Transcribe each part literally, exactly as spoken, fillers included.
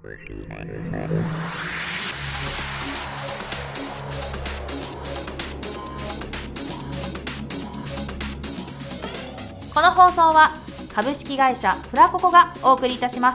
この放送は株式会社フラココがお送りいたします。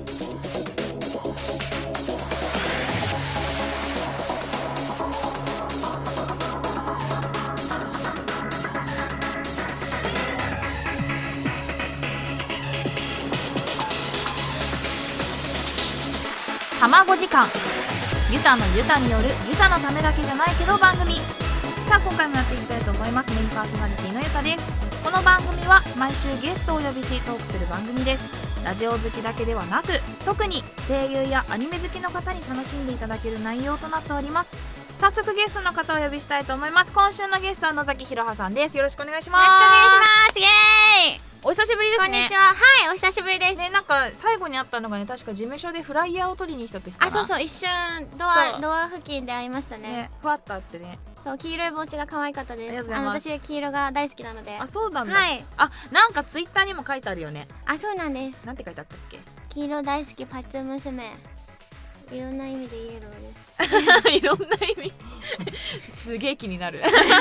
卵時間、ユタのユタによるユタのためだけじゃないけど番組。さあ今回もやっていきたいと思います。メインパーソナリティのユタです。この番組は毎週ゲストをお呼びしトークする番組です。ラジオ好きだけではなく、特に声優やアニメ好きの方に楽しんでいただける内容となっております。早速ゲストの方をお呼びしたいと思います。今週のゲストは野崎ひろはさんです。よろしくお願いします。 よろしくお願いします。イエーイ。 お久しぶりですね。 こんにちは。はい、お久しぶりですね。なんか最後に会ったのがね、確か事務所でフライヤーを取りに来た時かな。 あ、そうそう、一瞬ドアドア付近で会いましたね。 ね、ふわっと会ってね。 そう、黄色い帽子が可愛かったです。 ありがとうございます。 あの私黄色が大好きなので。 あ、そうなんだ。 はい。 あ、なんかツイッターにも書いてあるよね。 あ、そうなんです。 なんて書いてあったっけ？ 黄色大好きパッツン娘。いろんな意味でイエローです。いろんな意味。すげえ気になる。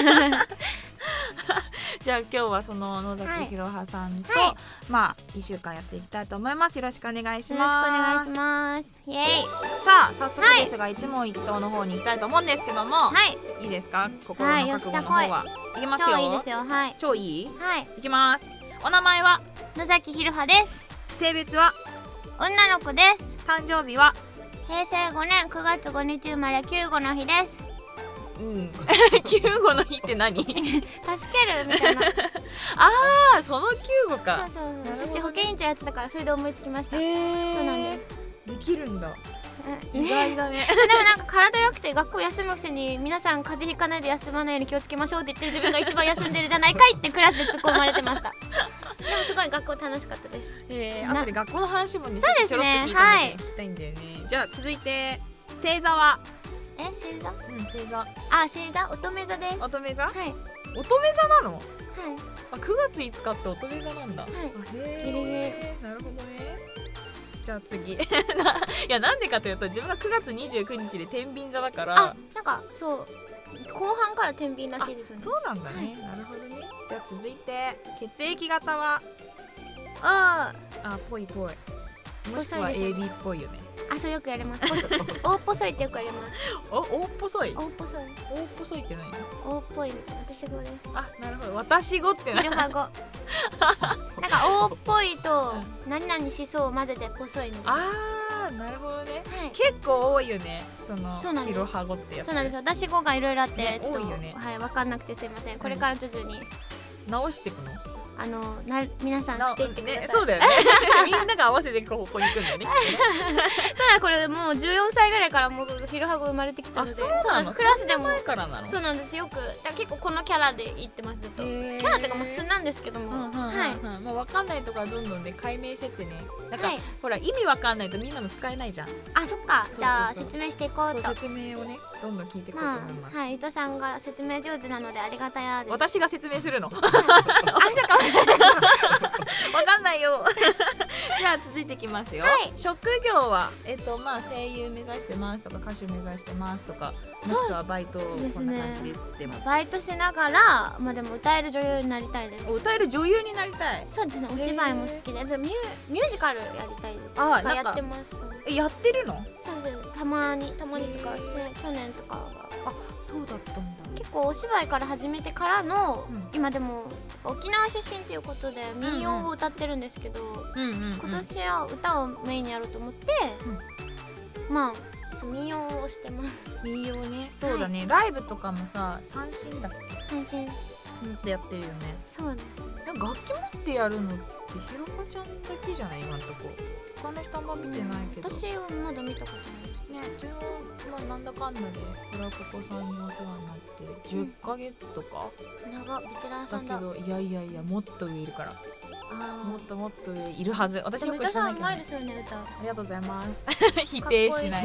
じゃあ今日はその野崎ひろはさんと、はい、まあいっしゅうかんやっていきたいと思います。よろしくお願いします。 よろしくお願いします。イエーイ。 さあ早速ですが、はい、一問一答の方に行きたいと思うんですけども、はい、いいですか？心の覚悟の方は、はい、いきますよ。 超いいですよ。はい。 超いい？ はい。 いきます。お名前は野崎ひろはです。 性別は女の子です。 誕生日はへいせいごねんくがつごにち生まれ、きゅうごの日です。 うん、きゅうごの日って何？助けるみたいな。 あー、そのきゅうごか。 そうそうそう、私保健長やってたからそれで思いつきました。そうなんです。 できるんだ。意外だね。 でもなんか体良くて学校休むくせに皆さん風邪ひかないで休まないように気をつけましょうって言ってる自分が一番休んでるじゃないかいってクラスで突っ込まれてました。でもすごい学校楽しかったです。 えー、後で学校の話もね、 そうですね、 ちょろっと聞いたので聞きたいんだよね。じゃあ続いて星座は？ え、星座？ うん、星座。 あ、星座、乙女座です。 乙女座？ はい。 乙女座なの？はい。 あ、 くがついつかって乙女座なんだ。はい。 へー、ギリギリ。 なるほどね。じゃあ次。いや、なんでかというと自分がくがつにじゅうくにちで天秤座だから。 あ、なんかそう後半から天秤らしいですよね。 そうなんだね、はい、なるほどね。じゃあ続いて血液型は？ ああ、ぽいぽい。もしくは エービー っぽいよね。 あ、そうよくやります。大っぽそいってよくやります。 お、大っぽそい。 大っぽそい。 大っぽそいって何？ 大っぽいみたいな。私語です。 あ、なるほど。私語って何？ いろは語。なんか大っぽいと何々しそうを混ぜてぽそいみたいな。 あー、なるほどね。 はい、 結構多いよね。そのいろは語ってやつ。 そうなんです。私語がいろいろあって、ね、ちょっと、 ね、 はい、分かんなくてすいません。これから徐々に直していくの？ あのな皆さんしていってください、 ね、そうだよね。みんなが合わせてここに行くんだよね。 そうだ、これもうじゅうよんさいぐらいからもうひろはご生まれてきたので。 あ、そうなの？ クラスでも前からなの？ そうなんです。よく結構このキャラで言ってます。ずっとキャラっていうかもう素なんですけども、はい。 まあわかんないとかどんどんで解明してってね。なんか、はい、ほら意味わかんないとみんなも使えないじゃん。 あ、そっか。じゃあ説明していこうと。 説明をねどんどん聞いていこうと思います。 まあ、はい、伊藤さんが説明上手なのでありがたやです。 私が説明するの？ あ、そっか。 わかんないよ。じゃあ続いていきますよ、はい、職業はえっとまあ声優目指してますとか歌手目指してますとか、もしくはバイトこんな感じです。でもバイトしながら、まあ、でも歌える女優になりたいです。 歌える女優になりたい。 そうですね。お芝居も好きで、でミュミュージカルやりたいです。 あ、 なんかやってます。 え、やってるの？ そうです。たまにたまにとか去年とかが。 あ、そうだったんだ。 結構お芝居から始めてからの、うん、今でも沖縄出身っていうことで民謡を歌ってるんですけど、今年は歌をメインにやろうと思って、うん、まあそう民謡をしてます。 民謡ね。そうだね、はい、ライブとかもさ三振だっけ？ 三振ってやってるよね。 そうです。 楽器持ってやるのってひろはちゃんだけじゃない今んとこ。他の人あんま見てないけど、 うん、私はまだ見たことないですね。自分はまあなんだかんだでフラココさんにお世話になってじゅっかげつとか、 うん、長ベテランさんだ。 だけどいやいやいやもっと上いるから。 あ、 もっともっと上いるはず。私よく知らないけど、ね、 うまいですよね、歌。 ありがとうございます。否定しない。い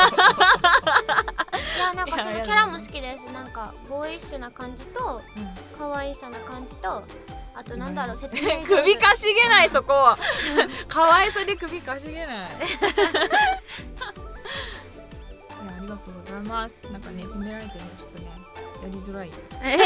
や、なんかそのキャラも好きです。なんかボーイッシュな感じと、うん、可愛さな感じと、あとなんだろう、説明首かしげないそこは。可愛さで首かしげない。 ます。なんかね褒められてねちょっとねやりづらいよ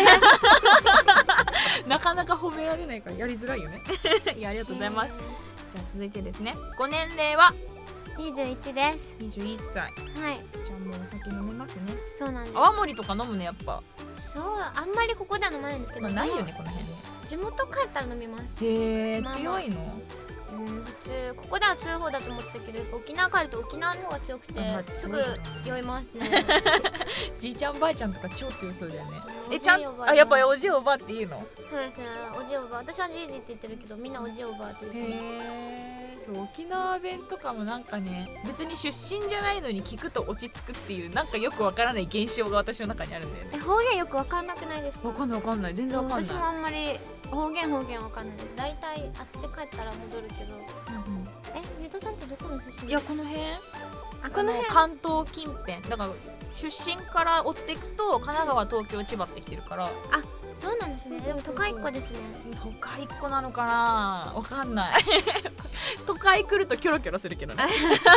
なかなか褒められないからやりづらいよねいやありがとうございます。じゃあ続いてですね、ご年齢はにじゅういちです。 にじゅういっさい。 はい。 じゃあもうお酒飲めますね。 そうなんです。 泡盛とか飲むねやっぱ。 そう、あんまりここでは飲まないんですけど、 まあ、ないよねこの辺ね。 地元帰ったら飲みます。 へえ、まあまあ、強いの？ うん、普通ここでは強い方だと思ってたけど、やっぱ沖縄帰ると沖縄の方が強くて、まあ、すぐ酔いますねじいちゃんばあちゃんとか超強そうだよね。え、ちゃんあやっぱおじいおばあって言うの？ そうですね、おじいおばあ。私はじいじって言ってるけどみんなおじいおばあって言ってる。 へー、そう沖縄弁とかもなんかね別に出身じゃないのに聞くと落ち着くっていうなんかよくわからない現象が私の中にあるんだよね。 え、方言よくわかんなくないですか？ わかんないわかんない、全然わかんない。 私もあんまり方言方言わかんないです。だいたいあっち帰ったら戻るけど、うんうん、え、ゆうたさんってどこの出身？ いやこの辺、 あ、この辺関東近辺だから出身から追っていくと神奈川東京千葉ってきてるから。 あ、そうなんですね。でも都会っ子ですね。 都会っ子なのかな、わかんない都会来るとキョロキョロするけどね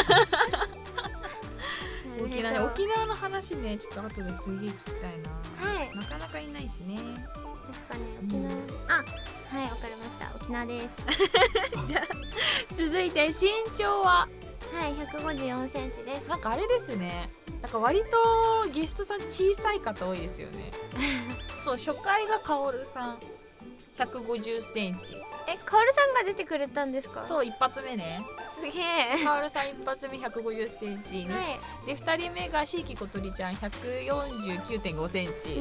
沖縄ね、沖縄の話ねちょっと後ですげえ聞きたいな。はい、なかなかいないしね。 確かに沖縄、うん、あ、はい、わかりました、沖縄ですじゃあ続いて身長は？ はい、ひゃくごじゅうよんセンチです。 なんかあれですね、なんか割とゲストさん小さい方多いですよねそう、初回がカオルさんひゃくごじゅっセンチ。 え、カオルさんが出てくれたんですか？ そう、一発目ね。 すげえ。 カオルさん一発目ひゃくごじゅっセンチ、ね、はい、でふたりめがシーキコトリちゃんひゃくよんじゅうきゅうてんごセンチ、うん、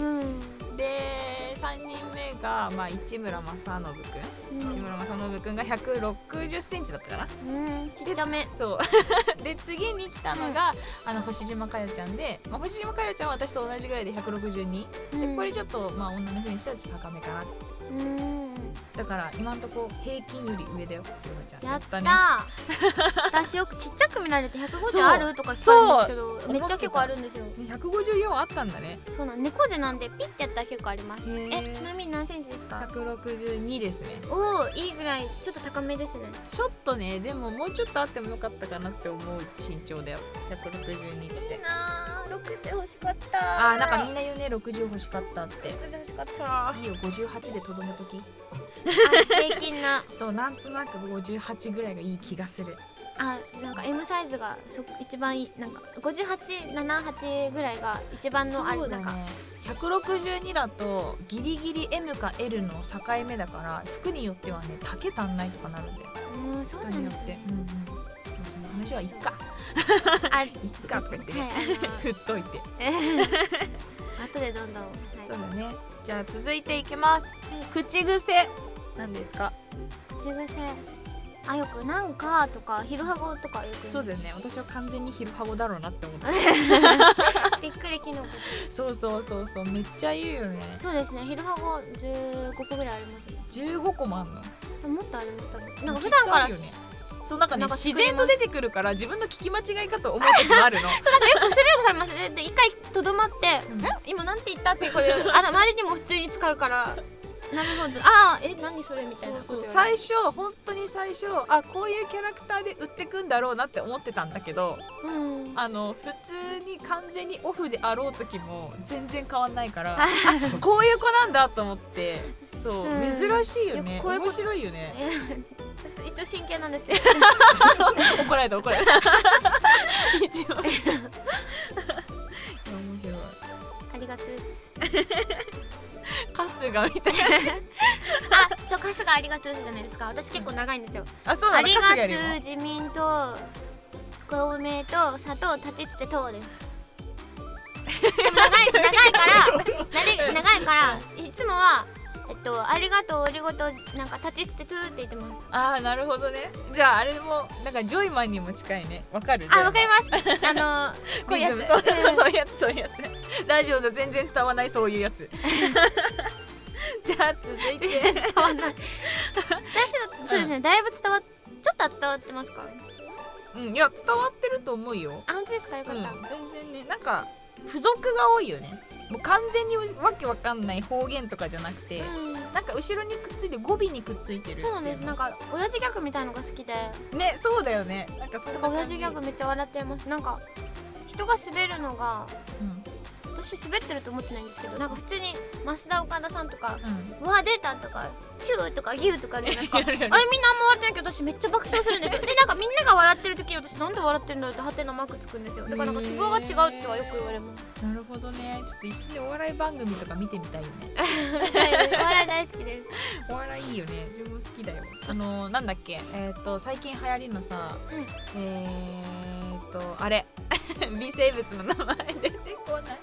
でさんにんめが、まあ、市村正信くん、うん、市村正信くんがひゃくろくじゅっセンチだったかな。 うん、ちっちゃめ。 そうで次に来たのが、うん、あの星島かよちゃんで、まあ、星島かよちゃんは私と同じぐらいでひゃくろくじゅうに、うん、でこれちょっと、まあ、女の人にしたらちょっと高めかなって。うん、だから今んとこ平均より上だよ、ひろちゃん。 やったね。私よくちっちゃく見られてひゃくごじゅうあるとか聞かれるんですけど、めっちゃ結構あるんですよ。 ひゃくごじゅうよんあったんだね。 そうなん、猫背なんでピッてやったら結構あります。え、ちなみに何センチですか？ ひゃくろくじゅうにですね。 おお、いいぐらい、ちょっと高めですね。 ちょっとね、でももうちょっとあってもよかったかなって思う身長だよ、ひゃくろくじゅうにって。 いいなー、ろくじゅう欲しかった。 あー、なんかみんな言うね、ろくじゅう欲しかったって。 ろくじゅう欲しかった。 いいよ、ごじゅうはちでとどめとき平均なそう、なんとなくごじゅうはちぐらいがいい気がする。 あ、なんか エム サイズがそ一番いい、なんかごじゅうはち、ななじゅうはちぐらいが一番のあれ、なんかひゃくろくじゅうにだとギリギリ エム か エル の境目だから、服によってはね丈足んないとかなるんだよ。 うん、そうなんですね。 うんうん、その話はいっかあ、いっかって言ってね、はい、振っといて後でどんどん、はい、 そうだね。じゃあ続いていきます、はい、口癖なんですか？ 口癖、あ、よくなんかとか昼はごとかよく。 そうだよね、私は完全に昼はごだろうなって思ってびっくりキノコ。 そうそうそうそう、めっちゃ言うよね。 そうですね、昼はごじゅうごこぐらいありますね。 じゅうごこもあんの？ もっとあります多分。なんか普段からよね。そう、なんかね、自然と出てくるから自分の聞き間違いかと思う時もあるの。 そう、なんかよくスルーされますね。で一回とどまって、うん、ん今なんて言ったってこういうあの周りにも普通に使うから。なるほど、ああ、え、何それみたいな。 そうそう、最初本当に最初、あ、こういうキャラクターで売ってくんだろうなって思ってたんだけど、うん、あの普通に完全にオフであろう時も全然変わんないからあ、こういう子なんだと思って。そう、珍しいよね。こういう面白いよね。 私一応真剣なんですけど怒られた怒られた一応面白い。 ありがとうです春日みたいなあ、そう、春日ありがとうじゃないですか。私結構長いんですよ。 あ、そうなの。 ありがとう、自民党、公明党、佐藤、立ちつて党です。でも長い、長いから長いからいつもはえっと、ありがとう、ありがとう、なんか立ちつてトゥーって言ってます。 ああ、なるほどね。じゃああれもなんかジョイマンにも近いね。わかる？ あ、わかります。あのー、こういうやつ。 そうそう、そういうやつ、そういうやつ。ラジオで全然伝わらないそういうやつ。じゃあ続いて。伝わらない。 私のそうですね、だいぶ伝わっ、ちょっとは伝わってますか？ うん、いや伝わってると思うよ。 あ、本当ですか？よかった。 うん、全然ね、なんか付属が多いよね。もう完全にわけわかんない方言とかじゃなくて、うん、なんか後ろにくっついて語尾にくっついてる。 そうなんです。なんか親父ギャグみたいのが好きで。 ね、そうだよね。なんかそういう親父ギャグめっちゃ笑ってます。なんか人が滑るのが、 うん、 私滑ってると思ってないんですけど、なんか普通に増田岡田さんとか、 うん、 うわ出たとかチューとかギューとかあるじゃないですかあれみんなあんま笑ってないけど私めっちゃ爆笑するんですよでなんかみんなが笑ってる時に私なんで笑ってるんだろうってハテナマークつくんですよ。だからなんかツボが違うってはよく言われます。 なるほどね。ちょっと一緒にお笑い番組とか見てみたいよねお笑い大好きです。 お笑いいいよね。自分も好きだよ。あのー、なんだっけえっ、ー、と最近流行りのさ、うん、えーとあれ微生物の名前出てこない。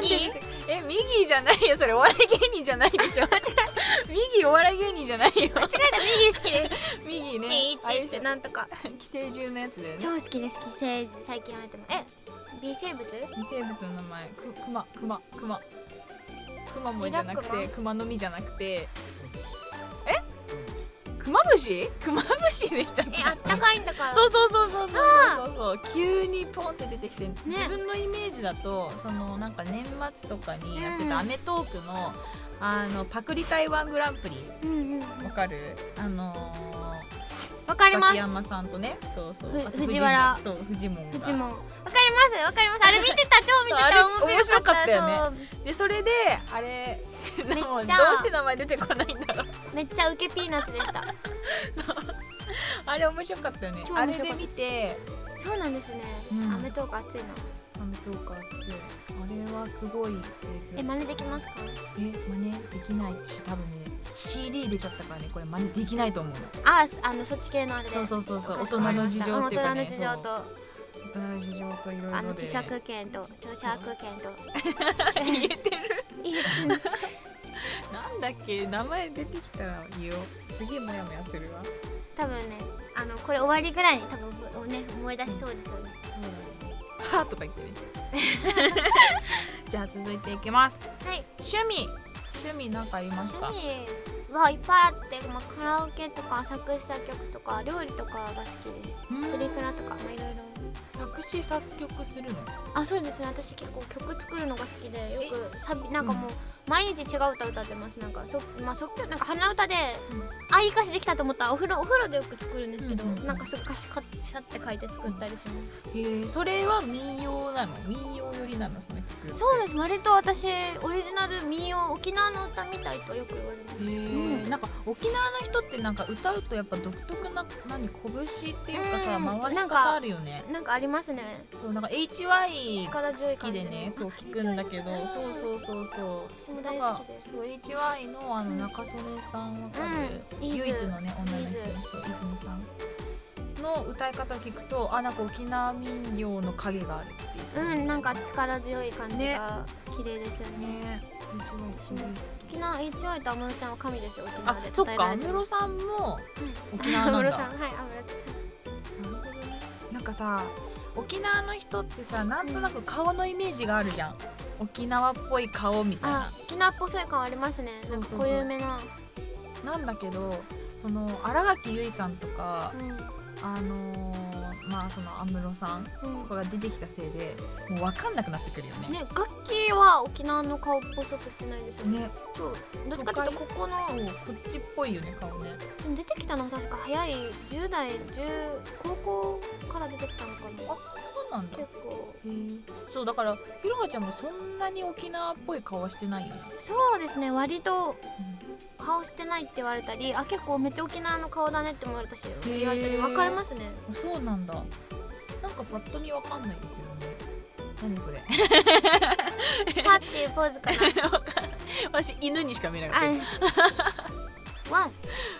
ミギ？ えミギじゃないよそれ。お笑い芸人じゃないでしょ間違えた。ミギお笑い芸人じゃないよ。間違えた。ミギ好きです。 ミギね。 シーチってなんとか寄生獣のやつだよね。 超好きです。寄生獣最近流行ってます。え微生物？ 微生物の名前くクマクマクマクマもじゃなくてクマの実じゃなくてえクマムシクマムシでしたっけ。 えあったかいんだから。 そうそうそうそうそうそうそう急にポンって出てきて、ね、自分のイメージだとそのなんか年末とかにやってたアメトーークの、うん、あのパクリ台湾グランプリわ、うんうん、かるあのーわかります。 崎山さんとね、そうそう。 藤原。 そう、フジモンが。 フジモン。わかります、わかります。あれ見てた、超見てた、 面白かったよね。で、それで、あれ、めっちゃどうして名前出てこないんだろう。 めっちゃウケピーナッツでした。 そう。あれ面白かったよね。あれで見て。 そうなんですね。アメトーク熱いな。 アメトーク熱い。あれはすごい。 え、真似できますか？ え、真似できないし、多分ね。シーディー 出ちゃったからねこれ真似できないと思うの。 ああのそっち系のあれで。 そうそうそうそう大人の事情っていうかね。 大人の事情と大人の事情といろいろで。 あの著作権と著作権と。 言えてる。 言えてる。 なんだっけ名前出てきたら言おう。すげえモヤモヤするわ。 多分ねあのこれ終わりぐらいに多分ね思い出しそうですよね。 そうだね。はとか言ってね。じゃあ続いていきます。 はい。 趣味。趣味なんかありますか？ 趣味はいっぱいあって、まあ、カラオケとか作詞作曲とか料理とかが好きでプリクラとか、まあ、いろいろ作詞作曲するの？ あ、そうですね。私結構曲作るのが好きでよくサビなんかもう毎日違う歌歌ってます。なんかそ、まあ、即興なんか鼻歌で、うん、あいい歌詞できたと思ったらお風呂お風呂でよく作るんですけど、うんうんうん、なんかすぐ歌詞カッシャって書いて作ったりします。 へえ、それは民謡なの？民謡寄りなのその曲？ そうです。割と私オリジナル民謡沖縄の歌みたいとよく言われます。 へえ、うん、なんか沖縄の人ってなんか歌うとやっぱ独特な何拳っていうかさ、うん、回し方あるよね。 なんかありますね。 そうなんか エイチワイ 好きでねそう聞くんだけど、そうそうそうそう私も大好きです。 そう エイチワイ のあの中曽根さんわかる、うん、唯一のね女の人そう泉さんの歌い方を聞くとあなんか沖縄民謡の影があるっていう、 うん、なんか力強い感じが綺麗ですよね。 ね、エイチワイ すごい好き。 沖縄 エイチワイ と安室ちゃんは神ですよ。沖縄であ、そっか安室さんも沖縄なんだ。 安室さんはい安室ちゃん。なるほどね。なんかさ沖縄の人ってさなんとなく顔のイメージがあるじゃん、うん、沖縄っぽい顔みたいな。 あ、沖縄っぽい顔ありますね。なんか濃ゆめな。 なんだけどその新垣結衣さんとか、うん、あのー、まあその安室さんとかが出てきたせいで、うん、もう分かんなくなってくるよね。 ね、楽器は沖縄の顔っぽそくしてないですよね。ね、そうどっちかっていうとここのそうこっちっぽいよね顔ね。 でも出てきたの確か早いじゅう代じゅう高校から出てきたのかな。 あ、そうなんだ。 結構へー。そうだからひろはちゃんもそんなに沖縄っぽい顔はしてないよね。 そうですね。割と、うん、顔してないって言われたり、あ結構めっちゃ沖縄の顔だねって思われたし言われたり分かりますね。 そうなんだ。なんかパッと見分かんないですよね。何それパっていうポーズかな私犬にしか見えなかったワン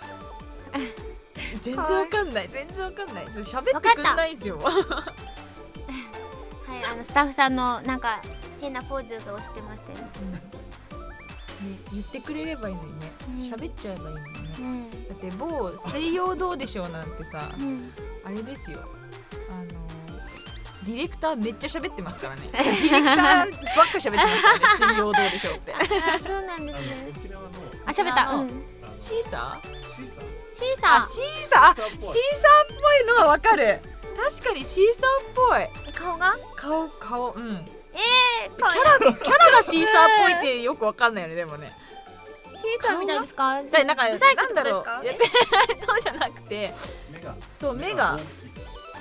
全然分かんない全然分かんない喋ってくんないんですよはいあのスタッフさんのなんか変なポーズがしてましたよね、うんね、言ってくれればいいのにね喋、うん、っちゃえばいいのにね、うん、だって某水曜どうでしょうなんてさ、うん、あれですよあのディレクターめっちゃ喋ってますからねディレクターばっか喋ってますからね水曜どうでしょうってあそうなんですね。 沖縄のあ喋った、うん、 シーサーシーサーシーサーあシーサーあシーサーっぽいのはわかる。確かにシーサーっぽい。 え顔が顔顔うんえー、 キャラキャラがシーサーっぽいってよくわかんないよねでもね。 シーサーみたいですか？ じゃなんかブサイクってことですか？ そうじゃなくて目がそう目が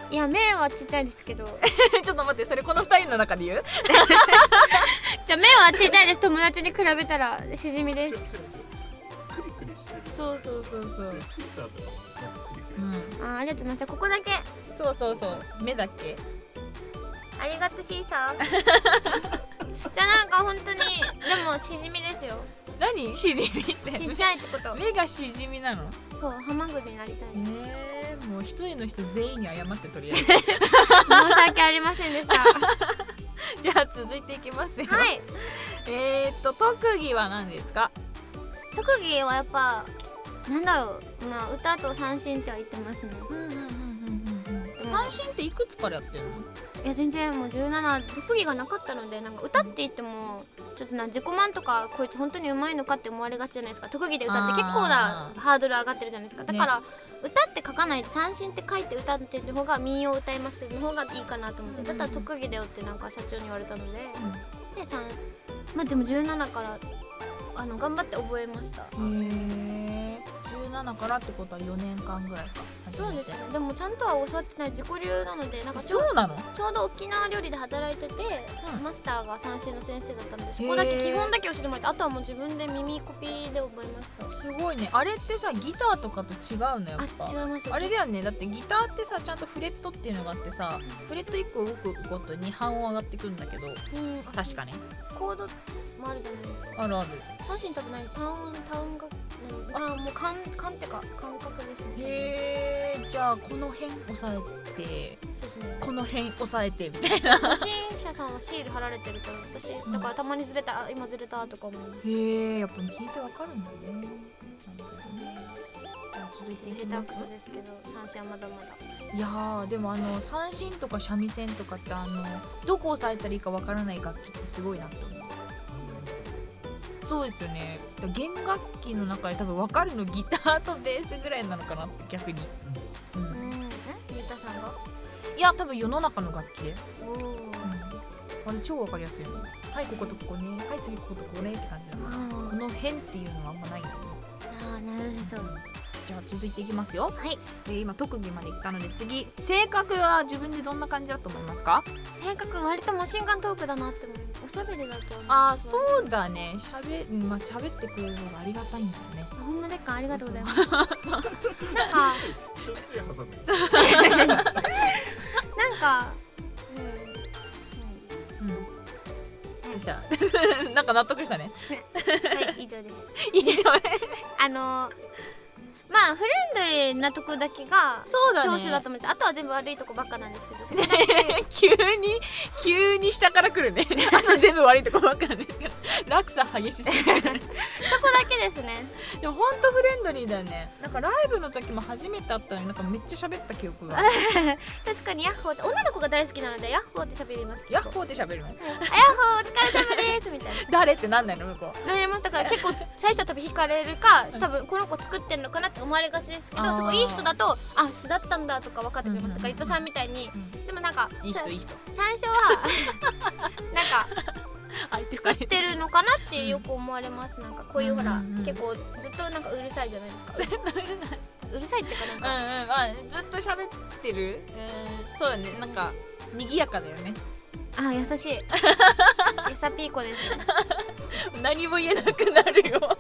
いや目はちっちゃいんですけどちょっと待って、それこのふたりの中で言うじゃあ目はちっちゃいです。友達に比べたらしじみです。 クリクリしてる。 そうそうそうそう。 シーサーとかもクリクリしてる、 うん、あ、ありがとうございます。ここだけ。 そうそうそう。目だっけ。 ありがとうシーサーじゃあなんか本当にでもしじみですよ。 何しじみってちっちゃいってこと。 目がしじみなの。 そう、ハマグリになりたい。 えー、もう一人の人全員に謝ってとりあえず申し訳ありませんでしたじゃあ続いていきますよ。 はい。 えーっと特技は何ですか。 特技はやっぱなんだろう、まあ歌と三振っては言ってますね。 うんうんうんうんうん。三振っていくつからやってるの。 いや全然もうじゅうなな、特技がなかったので、なんか歌って言ってもちょっとな自己満とかこいつ本当に上手いのかって思われがちじゃないですか。特技で歌って結構なハードル上がってるじゃないですか。だから、ね、歌って書かないで三振って書いて歌ってる方が民謡歌いますの方がいいかなと思って、だったら特技だよってなんか社長に言われたので、うん、でさんまあでもじゅうななからあの頑張って覚えました。へえ。じゅうななからってことはよねんかんぐらいか。 そうですね。でもちゃんとは教わってない自己流なので、なんかちょそうなのちょうど沖縄料理で働いてて、うん、マスターが三振の先生だったので、そこだけ基本だけ教えてもらって、あとはもう自分で耳コピーで覚えました。 すごいね。あれってさギターとかと違うのやっぱ。 あ、違います。 あれだよね。だってギターってさちゃんとフレットっていうのがあってさ、フレットいっこ動くごとに半音上がってくるんだけど、うん、確かね。 コードもあるじゃないですか。 あるある。 三振多分ない単音単音があもう感感ってか感覚ですね。 へえ。じゃあこの辺押さえて、 そうですね、 この辺押さえてみたいな。 初心者さんはシール貼られてるから私だからたまにずれた、あ今ずれたとか思う。 へえ。やっぱ聞いてわかるんだね。なるほどね。じゃあ続いていきます。 下手くそですけど三振はまだまだ。 いやーでもあの三振とか三味線とかってあのどこ押さえたらいいかわからない楽器ってすごいなって思う。そうですよね。弦楽器の中で多分分かるのギターとベースぐらいなのかなって逆に。 うん。うん、えゆうたさんが？ いや多分世の中の楽器で。 おお、うん。 あれ超分かりやすいよね。はいこことここね。はい次こことここねって感じなの。この辺っていうのはあんまないんだよね。 ああなるほど。 じゃあ続いていきますよ。 はい。 えー、今特技までいったので次性格は自分でどんな感じだと思いますか？ 性格割とマシンガントークだなって思う。おしゃべりだと思う。 あーそうだね。しゃべまあ喋ってくれる方がありがたいんだよね。 ほんまでっかありがとうございます。なんかちょいちょい挟んでなんかうんうん。どうしたなんか納得したね。 はい以上です。 以上あのーまあフレンドリーなとこだけが長所だと思うんです。あとは全部悪いとこばっかなんですけど、そこだけ急に急に下から来るね。あと全部悪いとこばっかなんですから落差激しすぎるそこだけですね。 でもほんとフレンドリーだよね。なんかライブの時も初めて会ったのになんかめっちゃ喋った記憶が確かにヤッホーって女の子が大好きなのでヤッホーって喋ります。 ヤッホーって喋るの、はい、 あヤッホーお疲れ様ですみたいな誰ってなんないの向こう。 なります。だから結構最初は多分惹かれるか多分この子作ってるのかなって思われがちですけど、そこいい人だとあ素だったんだとか分かってくれます。だから伊藤さんみたいに、うん、でもなんかいい人いい人最初はなんか作ってるのかなってよく思われます。なんかこういうほら、うんうん、結構ずっとなんかうるさいじゃないですか。うるさいっていうかなんか、 うんうんまあ、ずっと喋ってる、うん、そうだね。なんか賑やかだよね。 あ優しいやさピーコですね何も言えなくなるよ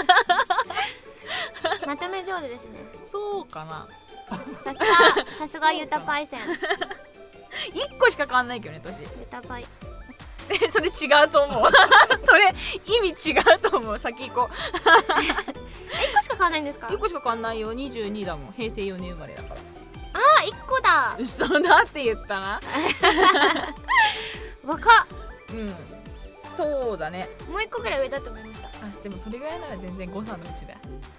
まとめ上手ですね。 そうかな。 さすがさすがゆたパイセン。 一個しか変わんないけどね年。 ゆたパイそれ違うと思うそれ意味違うと思う。先行こう一個しか変わんないんですか？ 一個しか変わんないよ。にじゅうにだもん。平成よねん生まれだから。 あー一個だ。 嘘だって言ったな若っ。 うんそうだね。 もう一個ぐらい上だと思いました。 あでもそれぐらいなら全然誤差のうちだ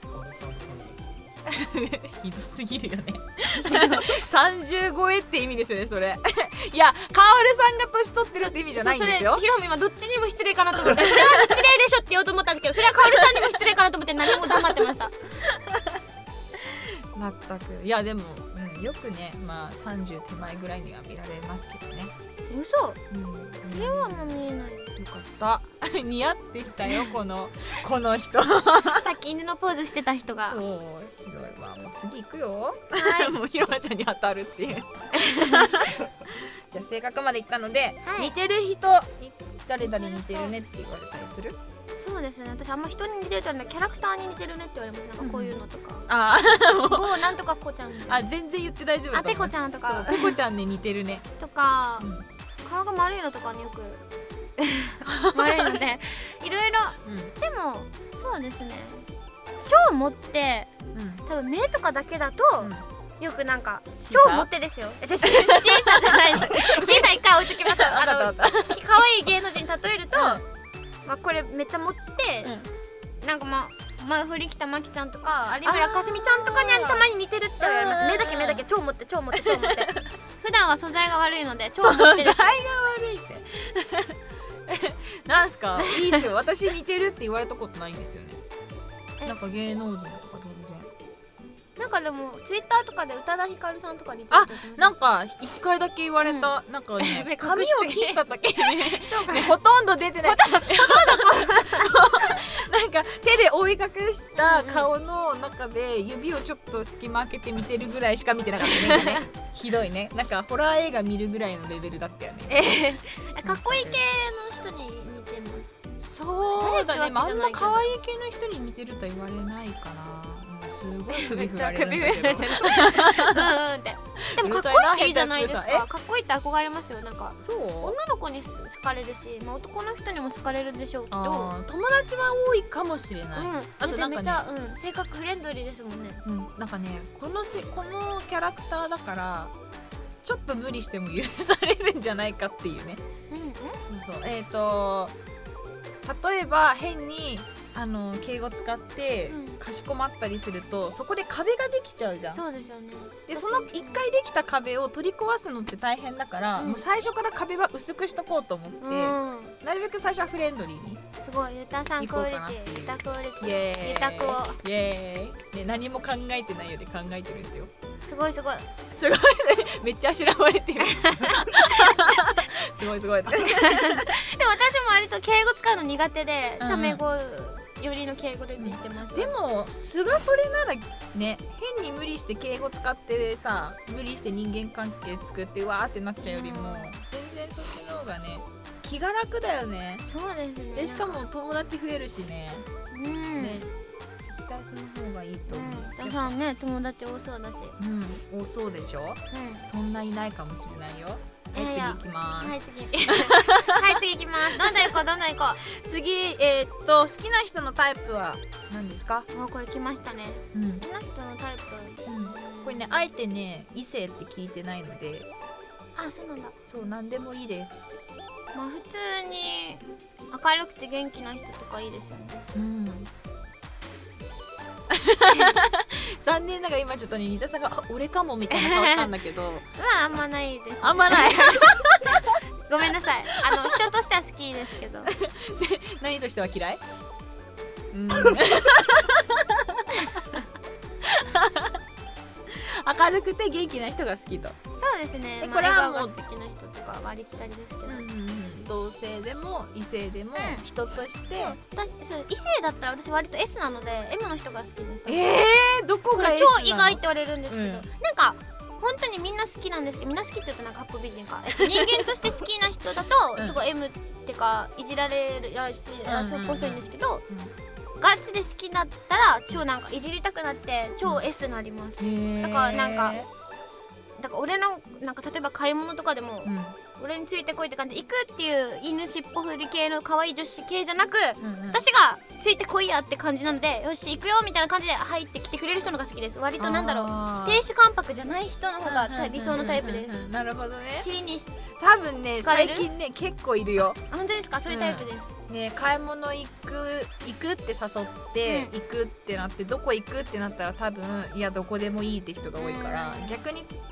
ひどすぎるよねさんじゅう超えって意味ですよねそれいやカオルさんが年取ってるって意味じゃないんですよ。 それヒロミはどっちにも失礼かなと思ってそれは失礼でしょって言おうと思ったんですけど、それはカオルさんにも失礼かなと思って何も黙ってました全く。いやでも、うん、 うん、よくねまあさんじゅう手前ぐらいには見られますけどね。 嘘、 うん、 それはあんま見えない。 よかった似合ってしたよこのこの人さっき犬のポーズしてた人が。 そうひどいわ。もう次行くよ。 はい。 もうひろはちゃんに当たるっていうじゃあ性格までいったので、はい、似てる人に誰々似てるねって言われたりする？ そうですね、私あんま人に似てるとキャラクターに似てるねって言われます。なんかこういうのとか、うん、 あ某なんとかこちゃんあ全然言って大丈夫だ。 あペコちゃんとかペコちゃんね似てるねとか、うん、顔が丸いのとかによく丸いのでいろいろ、うん、でもそうですね超持って、うん、多分目とかだけだと、うんよくなんか超モテですよ。シーサーじゃないです。シーサー一回置いときます。あの可愛い芸能人に例えると、うん、まあこれめっちゃ持って、うん、なんかまあまあ振り切ったまきちゃんとか有村架純ちゃんとかにたまに似てるって言われます。目だけ目だけ超持って超持って超持って。普段は素材が悪いので超持ってる。 素材が悪いって。なんすかいいですよ。私似てるって言われたことないんですよね。なんか芸能人とかなんかでもツイッターとかで宇多田ヒカルさんとかに言ってあなんか一回だけ言われた、うん、なんかね髪を切った時にねほとんど出てないほとんどなんか手で覆い隠した顔の中で指をちょっと隙間開けて見てるぐらいしか見てなかったねねひどいね。なんかホラー映画見るぐらいのレベルだったよね。 えー、かっこいい系の人に似てます。 そうだね、あんま可愛い系の人に似てるとは言われないかな。すごい首振られるんだけどうんうんってでもかっこいいっていいじゃないですか。かっこいいって憧れますよ。なんかそう女の子に好かれるし、まあ、男の人にも好かれるんでしょうけど友達は多いかもしれない、うん、 あとなんかねめちゃ、うん、性格フレンドリーですもんね、 うん、なんかねこのせこのキャラクターだからちょっと無理しても許されるんじゃないかっていうね、うん、そうえっ、ー、と例えば変にあの敬語使ってかしこまったりすると、うん、そこで壁ができちゃうじゃん。 そうですよね。 でそのいっかいできた壁を取り壊すのって大変だから、うん、もう最初から壁は薄くしとこうと思って、うん、なるべく最初はフレンドリーにすごいゆたさんクオリティゆたクオリティゆたくをイエーイ、ね、何も考えてないようで考えてるんですよ。 すごいすごいすごいめっちゃあしらわれてるすごいすごいでも私も割と敬語使うの苦手で、うん、タメ語よりの敬語で言ってます、 うん、でも素がそれならね変に無理して敬語使ってさ無理して人間関係作ってうわーってなっちゃうよりも、うん、全然そっちの方がね気が楽だよね。 そうですね。 でしかも友達増えるしね、 うん、ね絶対その方がいいと思う。 うん、ださんね友達多そうだし、 うん、多そうでしょ、うん、そんないないかもしれないよ。はい、次行きます。 はい、次はい、次行きます。どんどん行こう、どんどん行こう。次、えー、っと、好きな人のタイプは何ですか？ もうこれ来ましたね。うん、好きな人のタイプ、 うん。これね、あえてね、異性って聞いてないので。 あ、そうなんだ。 そう、なんでもいいです。 まあ、普通に明るくて元気な人とかいいですよね。うん。 残念ながら今ちょっとね新田さんが俺かもみたいな顔したんだけどまああんまないです、ね、 あんまないごめんなさい。あの人としては好きですけど何としては嫌い？うん明るくて元気な人が好きと。 そうですね。これはもう素敵な人とか割り切りですけど、うんうんうん、 同性でも異性でも人として、うん、 私そう異性だったら私割と エス なので エム の人が好きです。 えー、どこが エス なの？ 超意外って言われるんですけど、うん、なんか本当にみんな好きなんですけど、みんな好きって言うとなんか八方美人か、えっと、人間として好きな人だとすごい エム ってかいじられるやし、そっぽそいんですけど、うんうんうん、ガチで好きだったら超なんかいじりたくなって超 エス になります、うん、だからなんかだから俺のなんか例えば買い物とかでも、うん、俺についてこいって感じで行くっていう犬尻尾振り系の可愛い女子系じゃなく、うんうん、私がついてこいやって感じなのでよし行くよみたいな感じで入ってきてくれる人のが好きです。割となんだろう亭主関白じゃない人の方が理想のタイプです。 なるほどね。 尻に多分ね最近ね結構いるよ。 あ、本当ですか？そういうタイプです、 うん、ね買い物行く行くって誘って、うん、行くってなってどこ行くってなったら多分いやどこでもいいって人が多いから、うん、逆に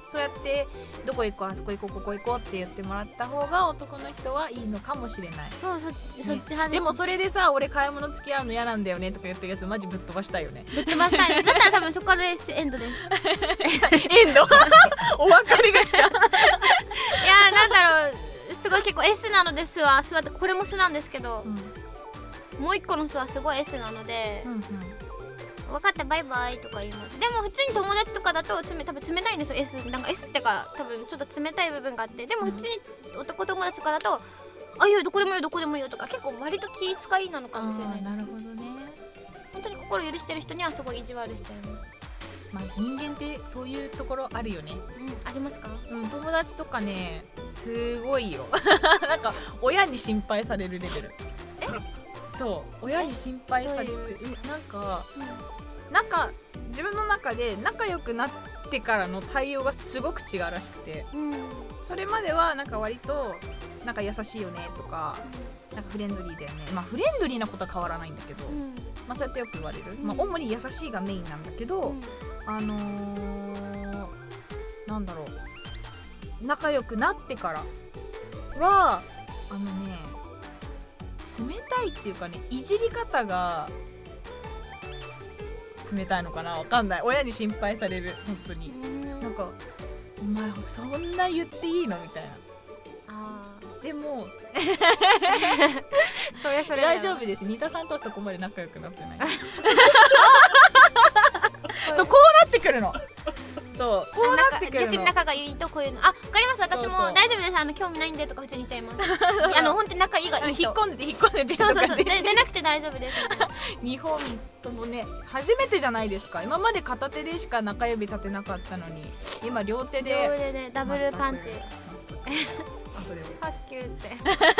そうやってどこ行こうあそこ行こうここ行こうって言ってもらった方が男の人はいいのかもしれない。 そう そ, そっち派です。 でもそれでさ俺買い物付き合うの嫌なんだよねとか言ってるやつマジぶっ飛ばしたいよね。 ぶっ飛ばしたいです。だったら多分そこからエンドですエンドお別れが来たいやーなんだろうすごい結構 S なのですわ。すわこれもSなんですけど、うん、もう一個の巣はすごい S なので、うんうん、分かったバイバイとか言います。でも普通に友達とかだとつめ多分冷たいんですよ S なんか S ってか多分ちょっと冷たい部分があって、でも普通に男友達とかだとあいいよどこでもいいよどこでもいいよとか結構割と気遣いなのかもしれない。 なるほどね。 本当に心許してる人にはすごい意地悪してる。 まあ人間ってそういうところあるよね。 うんありますか？うん友達とかねすごいよなんか親に心配されるレベル。 えそう親に心配されるなんか、うん、なんか自分の中で仲良くなってからの対応がすごく違うらしくて、うん、それまではなんか割となんか優しいよねとか、うん、なんかフレンドリーだよね。まあフレンドリーなことは変わらないんだけど、うん、まあそうやってよく言われる、うん、まあ主に優しいがメインなんだけど、うん、あのー、なんだろう仲良くなってからはあのね冷たいっていうかねいじり方が冷たいのかなわかんない。親に心配される本当になんかお前そんな言っていいのみたいな。あでもそれそれ大丈夫です。新田さんとはそこまで仲良くなってないそうこうなってくるのそうこうなってくるの。 逆に仲がいいとこういうのあわかります。私も大丈夫ですあの興味ないんでとか普通に言っちゃいますあの本当に仲いいがいいと引っ込んでて引っ込んでてそうそうそうで出なくて大丈夫です日本ともね初めてじゃないですか。今まで片手でしか中指立てなかったのに今両手で両手でダブルパンチはっきり言って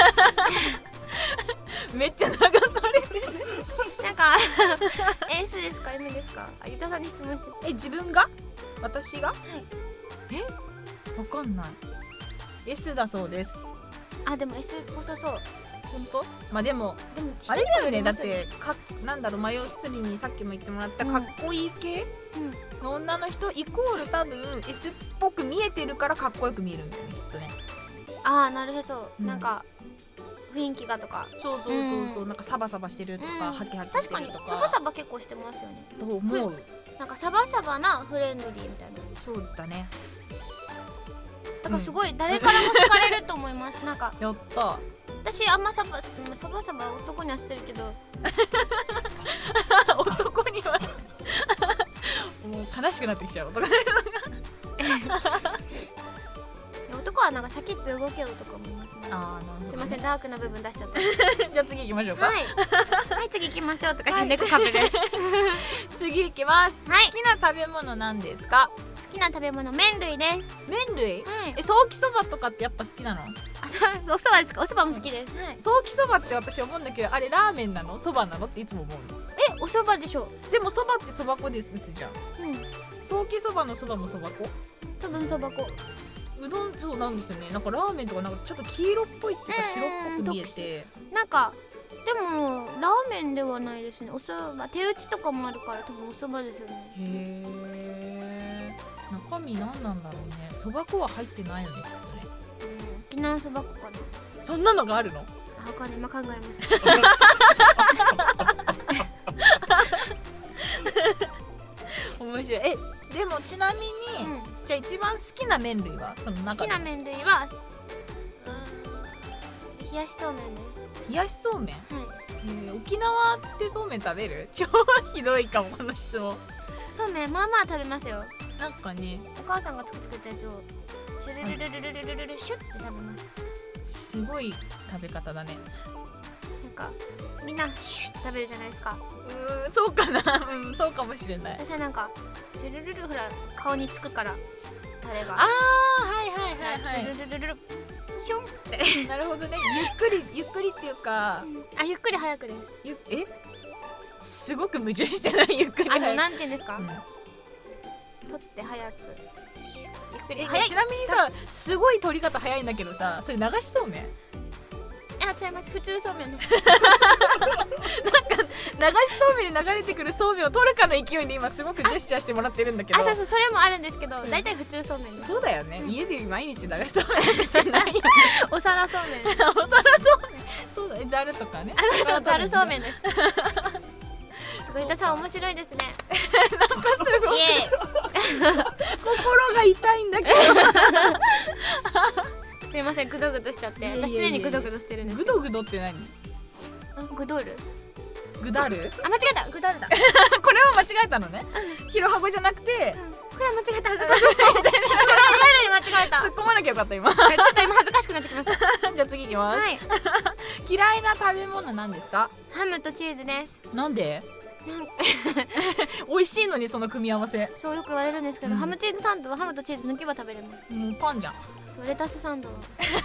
めっちゃ流されてるなんかエースですか M ですか。あゆたさんに質問してえ自分が私が、はい、えわかんない S だそうです。 あでも S っぽさそう本当まあでもでもあれだよね。だってかなんだろう迷い釣りにさっきも言ってもらったかっこいい系、うん、の女の人イコール多分 S っぽく見えてるからかっこよく見えるんだよねきっとね。 ああなるへそ、うん、なんか雰囲気がとかそうそうそうそう、うん、なんかサバサバしてるとか、うん、ハキハキしてるとか。 確かにサバサバ結構してますよね。 と思う。 なんかサバサバなフレンドリーみたいな。 そうだね。 だからすごい誰からも好かれると思います、うん、なんかやった私あんまサバサバサバ男にはしてるけど男にはもう悲しくなってきちゃう男男はなんかシャキッと動けようとか思いますね。あなるほどね。すいませんダークな部分出しちゃったじゃあ次行きましょうか。 はい、はい、次行きましょうとか猫かぶる次行きます、はい、好きな食べ物なんですか。 好きな食べ物麺類です。 麺類、はい、えソーキそばとかってやっぱ好きなの。 あそうおそばですか。おそばも好きです、はい、 ソーキそばって私思うんだけどあれラーメンなのそばなのっていつも思うの。 えおそばでしょ。 でもそばってそば粉ですうちじゃん。うんソーキそばのそばもそば粉多分そば粉。 うどんそうなんですよね。なんかラーメンとかなんかちょっと黄色っぽいっていうか白っぽく見えて、 うん、なんかでもラーメンではないですね。おそば手打ちとかもあるから多分おそばですよね。 へえ中身何なんだろうね。そば粉は入ってないよねきっとね、 うん、沖縄そば粉かな。 そんなのがあるの。 あわかんない今考えました面白い。えでもちなみに、うん、じゃあ一番好きな麺類はその中で。 好きな麺類はうん冷やしそうめんです。 冷やしそうめん、はいえー、沖縄ってそうめん食べる。超ひどいかもこの質問。 そうめんまあまあ食べますよ。 なんかねお母さんが作ってくれたやつをシュルルルルルルルルルシュッて食べます。 すごい食べ方だね。 なんかみんなシュッて食べるじゃないですか。 うーんそうかなうんそうかもしれない。 私はなんかシュルルルほら顔につくからタレがあーはいはいはいはいシュルルルルルシュンってなるほどね。ゆっくりゆっくりっていうか、 うん、あゆっくり早くです。 ゆえすごく矛盾してないゆっくり早く。 あのなんて言うんですか、うん、取って早くゆっくり早い。 ちなみにさすごい取り方早いんだけどさそれ流しそうめん。 いやあ違います、普通そうめんです。 なんか流しそうめんに流れてくるそうめんを取るかの勢いで今すごくジェスチャーしてもらってるんだけど。 あ、そうそう、それもあるんですけど、 うん、 大体普通そうめんです。 そうだよね、家で毎日流しそうめんじゃないよお皿そうめん。 お皿そうめん、そうだね、ざるとかね。 あ、そうそう、ざるそうめんです。すごい、田さん面白いですね。 なんかすごいイエ心が痛いんだけどーイ。すいません、グドグドしちゃって。私常にグドグドしてるんです。 グドグドって何？ グドール？ グダル？ あ、間違えた、グダルだ。 これは間違えたのね。広ハゴじゃなくて、 これは間違えた、恥ずかしい。これはリアルに間違えた。 突っ込まなきゃよかった今。 ちょっと今恥ずかしくなってきました。 じゃあ次いきます。 はい。 嫌いな食べ物なんですか？ ハムとチーズです。 なんで？ なんか美味しいのにその組み合わせ。 そうよく言われるんですけど、 うん、 ハムチーズサンドはハムとチーズ抜けば食べれます。 もうパンじゃん。 そう、レタスサンドは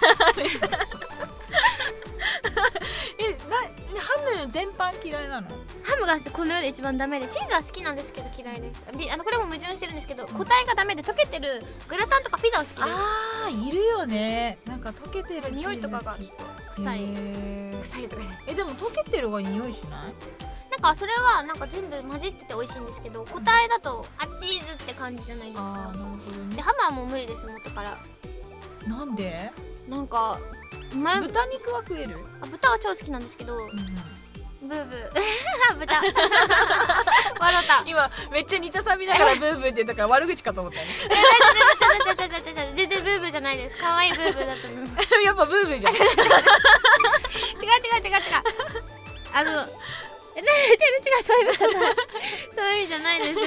え、な、ハム全般嫌いなの？ ハムがこの世で一番ダメで、チーズは好きなんですけど嫌いです。あのこれも矛盾してるんですけど、個体がダメで溶けてるグラタンとかピザは好きです。 あー、いるよね。なんか溶けてる匂いとかがちょっと臭い臭いとかね。 え、でも溶けてるが匂いしない？ なんかそれはなんか全部混じってて美味しいんですけど、個体だとあチーズって感じじゃないですか。 あー、なるほどね。 でハムはもう無理です、元から。 なんで？ なんか前豚肉は食える？ あ、豚は超好きなんですけど、 うんうん、 ブーブー豚笑った今めっちゃ似たさびながらブーブーって言ったから悪口かと思ったね。 全然ブーブーじゃないです。可愛いブーブーだと思います。 やっぱブーブーじゃん。違う違う違う違う。 あのえ、ね、違う、そういう意味じゃないそういう意味じゃないです。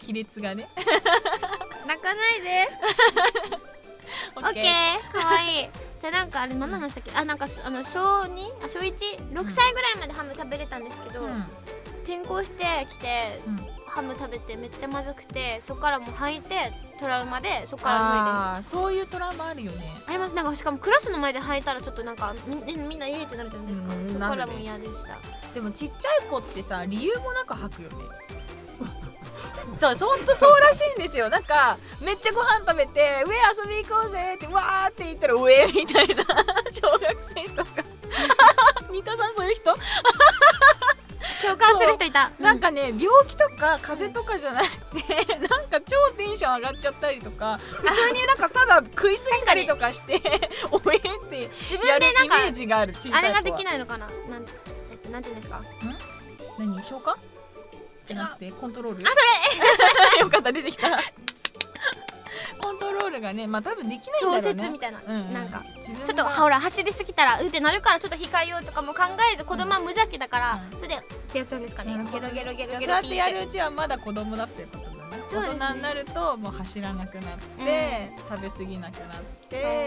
比率がね。 泣かないで。オッケー、かわいい。じゃあなんかあれ何の話だっけ？あ、なんかあの小に、あ小一、ろくさいぐらいまでハム食べれたんですけど、うん、転校してきて、うん、ハム食べてめっちゃまずくて、そこからもう吐いてトラウマで、そこから無理です。 あ、そういうトラウマあるよね。 あります。なんかしかもクラスの前で吐いたらちょっとなんか み, みんな家ってなるじゃないですか。そこからも嫌でした。 でもちっちゃい子ってさ、理由もなく吐くよね。そう、ほんとそうらしいんですよ。なんかめっちゃご飯食べて上遊び行こうぜってわーって言ったら上みたいな小学生とか新田さんそういう人共感する人いた。 なんかね、病気とか風邪とかじゃなくて、なんか超テンション上がっちゃったりとか、普通になんかただ食いすぎたりとかしておえってやるイメージがある。小さい子はあれができないのかな。なん、えっと、なんていうんですか。ん？ 何？消化？じゃなくてコントロール？ あ、それよかった、出てきた。コントロールがね、まあ多分できないんだろうね。 調節みたいな、うんうん、なんかちょっとほら走りすぎたらうってなるからちょっと控えようとかも考えず、子供は無邪気だから、うん、それでってやっちゃうんですかね。ゲロゲロゲロゲロ。 じゃあそうやってやるうちはまだ子供だっていうことだね。大人になるともう走らなくなって、うん、食べ過ぎなくなって、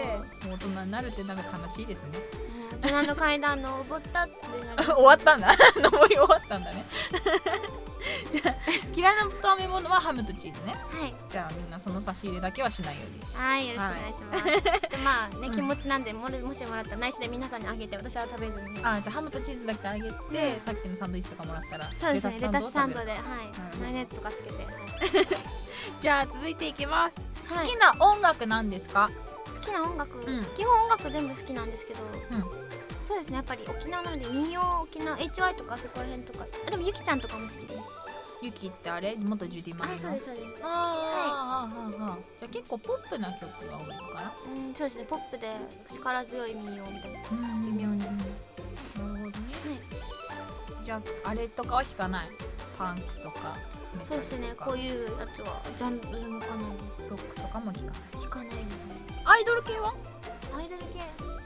もう大人になるってなんか悲しいですね。 大人の階段登ったってなり終わったんだ。登り終わったんだね。じゃあ嫌いな食べ物はハムとチーズね。 はい。 じゃあみんなその差し入れだけはしないように。 はい、よろしくお願いします。はい、でまあね、うん、気持ちなんでももしもらったら内緒で皆さんにあげて、私は食べずに。 あ、じゃあハムとチーズだけあげて、うん、さっきのサンドイッチとかもらったらそうですね、レタスサンドで、はい、マヨネーズとかつけて。はい、 じゃあ続いていきます。 はい、 好きな音楽なんですか？ 好きな音楽、うん、基本音楽全部好きなんですけど。うん、そうですね、やっぱり沖縄なので民謡、沖縄 エイチワイ とかそこら辺とか、あでもゆきちゃんとかも好きです。 ゆきってあれ元ジュディマリの？ あ、そうですそうです。 あー、はい、あーあーあーじゃあ結構ポップな曲が多いのかな？ うん、そうですね、ポップで力強い民謡みたいな、微妙に。なるほどね。はい、じゃああれとかは聴かない？パンクとか？ そうですね、こういうやつはジャンルもかない。 ロックとかも聴かない？ 聴かないですね。 アイドル系は？ アイドル系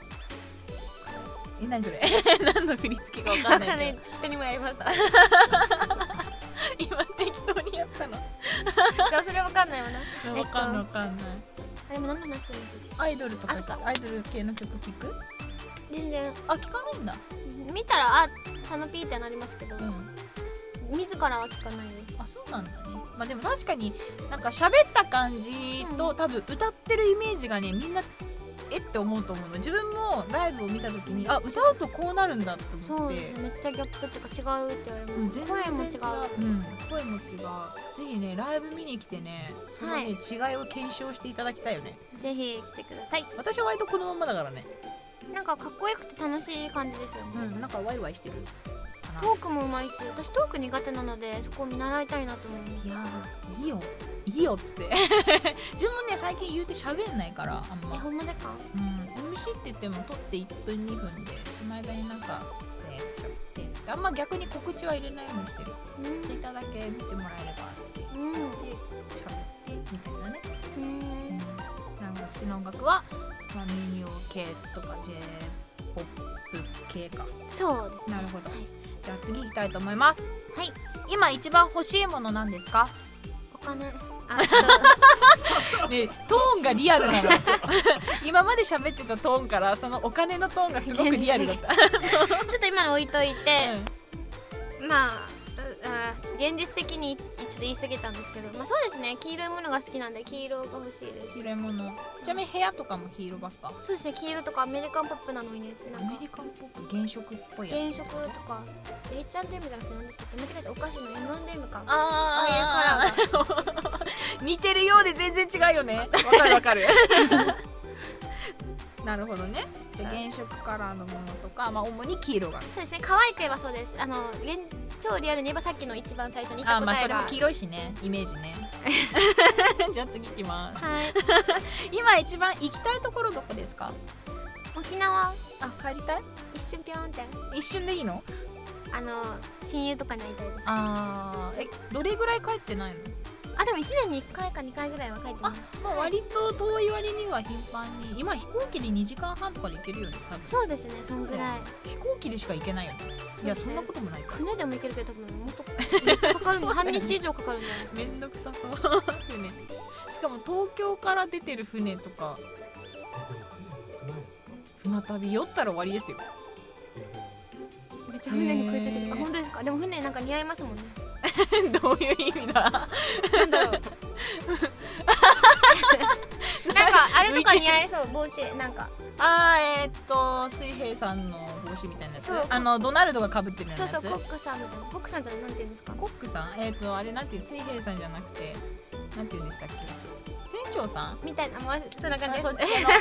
え、何それ？何の振り付けかわかんないけど人にもやりました今適当にやったのじゃあそれわかんないわな。 わかんないわかんない。 あれも何の話してるんですか？ アイドルとかアイドル系の曲聴く？ 全然。 あ、聴かないんだ。 見たらあ、タノピーってなりますけど、うん、自らは聴かないです。 あ、そうなんだね。まあでも確かになんか喋った感じと、うん、多分歌ってるイメージがね、みんなえって思うと思うの。自分もライブを見た時に、あ、歌うとこうなるんだと思って。 そう、めっちゃギャップっていうか違うって言われます。うん、声も違う、 うん、声も違う。ぜひね、ライブ見に来てね、そのね、はい、違いを検証していただきたいよね。 ぜひ来てください。 私は割とこのままだからね。 なんかかっこよくて楽しい感じですよね。 うん、なんかワイワイしてるかな。 トークもうまいし、私トーク苦手なのでそこを見習いたいなと思う。 いやーいいよいいよっつって自分もね最近言うて喋んないからあんま。 え、ほんまでか？ うん、エムシー って言っても撮っていっぷんにふんでその間になんかね喋ってあんま逆に告知は入れないようにしてる。 うんツイッターだけ見てもらえればってうんで喋ってみたいなね。 ううんんなんか好きな音楽は、まあ、民謡系とか J-ポップ 系か。 そうですね。 なるほど、 はい、 じゃあ次行きたいと思います。 はい、 今一番欲しいものなんですか？ お金。あ、そね、トーンがリアルなの今まで喋ってたトーンからそのお金のトーンがすごくリアルだったちょっと今の置いといて、 うん、 まああちょっと現実的にちょっと言い過ぎたんですけど、まあそうですね、黄色いものが好きなんで黄色が欲しいです。 黄色いもの。ちなみに部屋とかも黄色ばっか？ そうですね、黄色とかアメリカンポップなのいいです。なんかアメリカンポップ原色っぽいやつ。 原色とかエイチアンドエムじゃなくて何ですかって間違えてお菓子の エムアンドエム か。 あああいうカラーが似てるようで全然違うよね。わかるわかるなるほどね。じゃあ原色カラーのものとか、まあ主に黄色が。 そうですね、可愛く言えばそうです。あの現超リアルに言えばさっきの一番最初に言ったあ、まあ答えが。 それも黄色いしね、イメージねじゃあ次行きます。 はい今一番行きたいところどこですか？ 沖縄あ、帰りたい？ 一瞬ピョンって一瞬でいいの？ あの親友とかに会いたいです。 あー、え、どれぐらい帰ってないの？ あ、でもいちねんにいっかいかにかいぐらいは帰ってます。 まあ割と遠い割には頻繁に。今飛行機でにじかんはんとかで行けるよね、多分。 そうですね、そんぐらい。 飛行機でしか行けないよね。いや、 そうですねそんなこともないか。 船でも行けるけど多分もっとめっちゃかかるんで半日以上かかるんじゃないですか。 めんどくさそう船。しかも東京から出てる船とか船旅酔ったら終わりですよ。 めっちゃ船に食いついてる。 へーあ、本当ですか？でも船なんか似合いますもんね。 どういう意味だなんだろうなんかあれとか似合いそう、帽子なんか。 あー、えー、っと水平さんの帽子みたいなやつ。 そうあのドナルドが被ってるようなやつ。 そうそう、コックさんみたいな。コックさんじゃなんて言うんですか？ コックさん、えー、っとあれなんていう、水平さんじゃなくてなんて言うんでしたっけ？船長さんみたいな、もうそんな感じです。 あそっち系の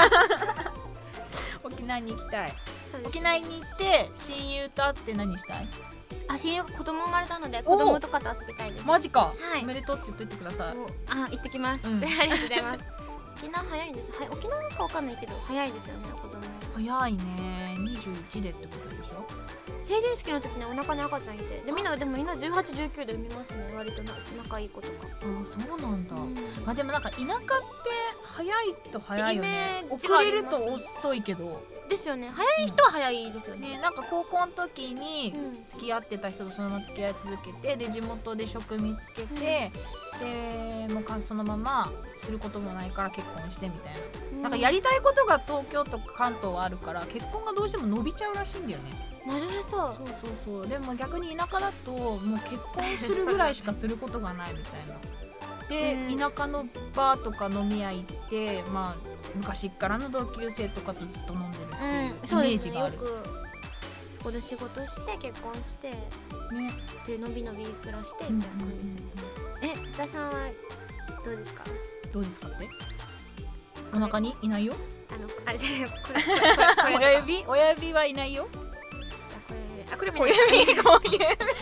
沖縄に行きたい。 そうです沖縄に行って親友と会って何したい？ あ、親友が子供生まれたので子供とかと遊びたいです。 マジか、 はいおめでとうって言っといてください。 もうあ、行ってきます、 うんありがとうございます沖縄早いんです。はい、沖縄かわかんないけど早いですよね、子供。 早いね。にじゅういちでってことでしょ？ 成人式の時にお腹に赤ちゃんいて、でみんなでもみんなじゅうはち、じゅうきゅうで産みますね、割とな仲いい子とか。 あー、そうなんだ、 うんまあでもなんか田舎って早いと早いよね。 イメージが遅れるありますと遅いけどですよね、早い人は早いですよね。 ね。なんか高校の時にうん付き合ってた人とそのまま付き合い続けて、で地元で職見つけて、でもうかそのまますることもないから結婚してみたいな、 うんなんかやりたいことが東京とか関東はあるから結婚がどうしても伸びちゃうらしいんだよね。 なるへそ。 そうそうそう。でも逆に田舎だともう結婚するぐらいしかすることがないみたいなで、 うん田舎のバーとか飲み屋行ってまあ昔からの同級生とかとずっと飲んでるっていうイメうん、そうですね、 ージがある、 よくそこで仕事して結婚してね。 でのびのび暮らしてみたいな感じですね。え、津田さんはどうですか？ どうですかって？お腹にいないよ。 あの、あ、じゃあこれこれこれこれ親指親指はいないよ。 あ、これ、あ、これ小指小指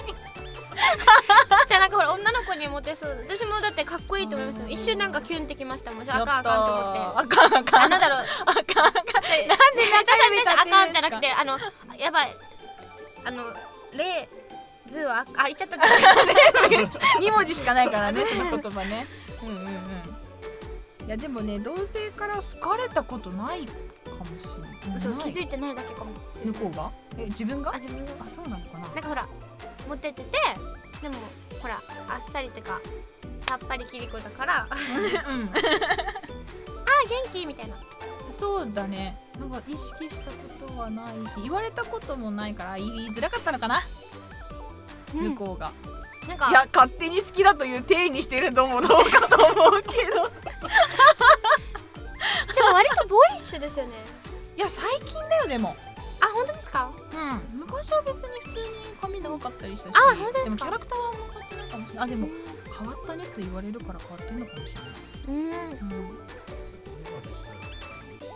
じゃあなんかほら女の子にモテそう。私もだってかっこいいと思いました。一瞬なんかキュンってきましたもん。じゃああかんあかんと思って。 あかんあかんあ、なんだろう。 あかんあかん。なんで中指立てるんですか？ あかんじゃなくて、あのやばい、あのレーズはあ、言っちゃったに文字しかないからね、その言葉ね。うんうんうん。いやでもね、同性から好かれたことないかもしれない。 そうない気づいてないだけかもしれない。 向こうが？え、自分が？ あ、自分があ、そうなのかな。 なんかほらモテてて、でもほらあっさりってかさっぱりキリコだからあ、 うん。 元気みたいな。 そうだね。なんか意識したことはないし、言われたこともないから言いづらかったのかな。 うん向こうが。 なんかいや、勝手に好きだという体にしてるのもどうかと思うけど。 でも割とボーイッシュですよね。 いや、最近だよでも。 あ、本当ですか？ うん。昔は別に普通に髪長かったりしたし。 あ、本当ですか？ でもキャラクターはあんま変わってないかもしれない。あ、でも変わったねと言われるから変わってんのかもしれない。 うん。 うん。そ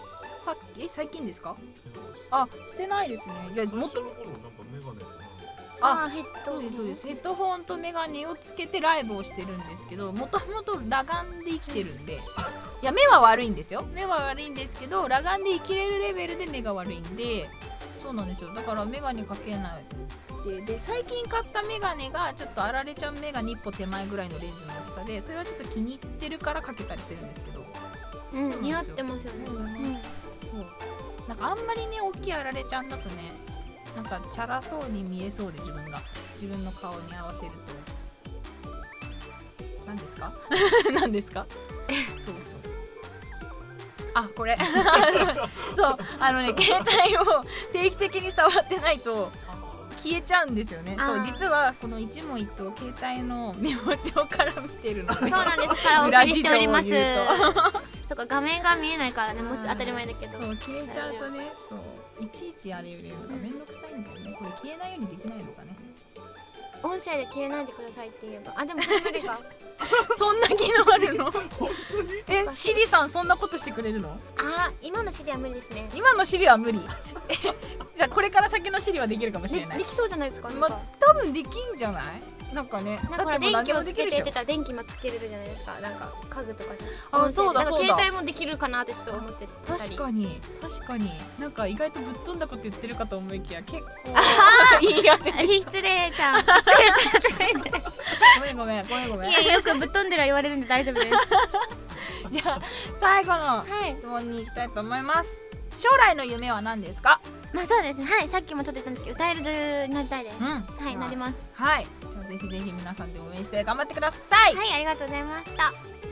さっき最近ですか？あ、してないですね。いやもっと最初の頃なんかメガネとかああヘッドそうですそうです。ヘッドホンとメガネをつけてライブをしてるんですけど、もともと裸眼で生きてるんで、いや目は悪いんですよ。目は悪いんですけど、裸眼で生きれるレベルで目が悪いんで、そうなんですよ。だからメガネかけないで、で最近買ったメガネがちょっとあられちゃんメガネ一歩手前ぐらいのレンズの大きさで、それはちょっと気に入ってるからかけたりしてるんですけど、 うん似合ってますよね。 そうなんかあんまりね大きいあられちゃんだとね、なんかチャラそうに見えそうで、自分が自分の顔に合わせると何ですか何ですかそうそう、あこれそうあのね携帯を定期的に触ってないと消えちゃうんですよね。そう実はこの一問一答携帯のメモ帳から見てるので、 そうなんですからお送りしております。そうか画面が見えないからね、もし当たり前だけど、 そう消えちゃうとね、そういちいちあれ入れるのがめんどくさいんだよね。これ消えないようにできないのかね。 音声で消えないでくださいって言えば、あでもそれ無理かそんな機能あるのえ、シリさんそんなことしてくれるの？ あ今のシリは無理ですね。 今のシリは無理じゃあこれから先のシリはできるかもしれない。 できそうじゃないですか。 まあ、多分できんじゃない？なんかね、 なんかほら電気をつけて言ってたら電気もつけれるじゃないですか。なんか家具とかで、 あそうだそうだ、 携帯もできるかなってちょっと思ってたり。 確かに確かに、なんか意外とぶっ飛んだこと言ってるかと思いきや結構いいやつ失礼ちゃん失礼ちゃんごめんごめんごめんごめん。 いやよくぶっ飛んでるは言われるんで大丈夫ですじゃあ最後の質問に行きたいと思います、はい、将来の夢は何ですか？ まあそうですね、はい、さっきもちょっと言ったんですけど歌える女優になりたいです、うん、はい、なります。 はい、じゃあぜひぜひ皆さんで応援して頑張ってください。 はい、ありがとうございました。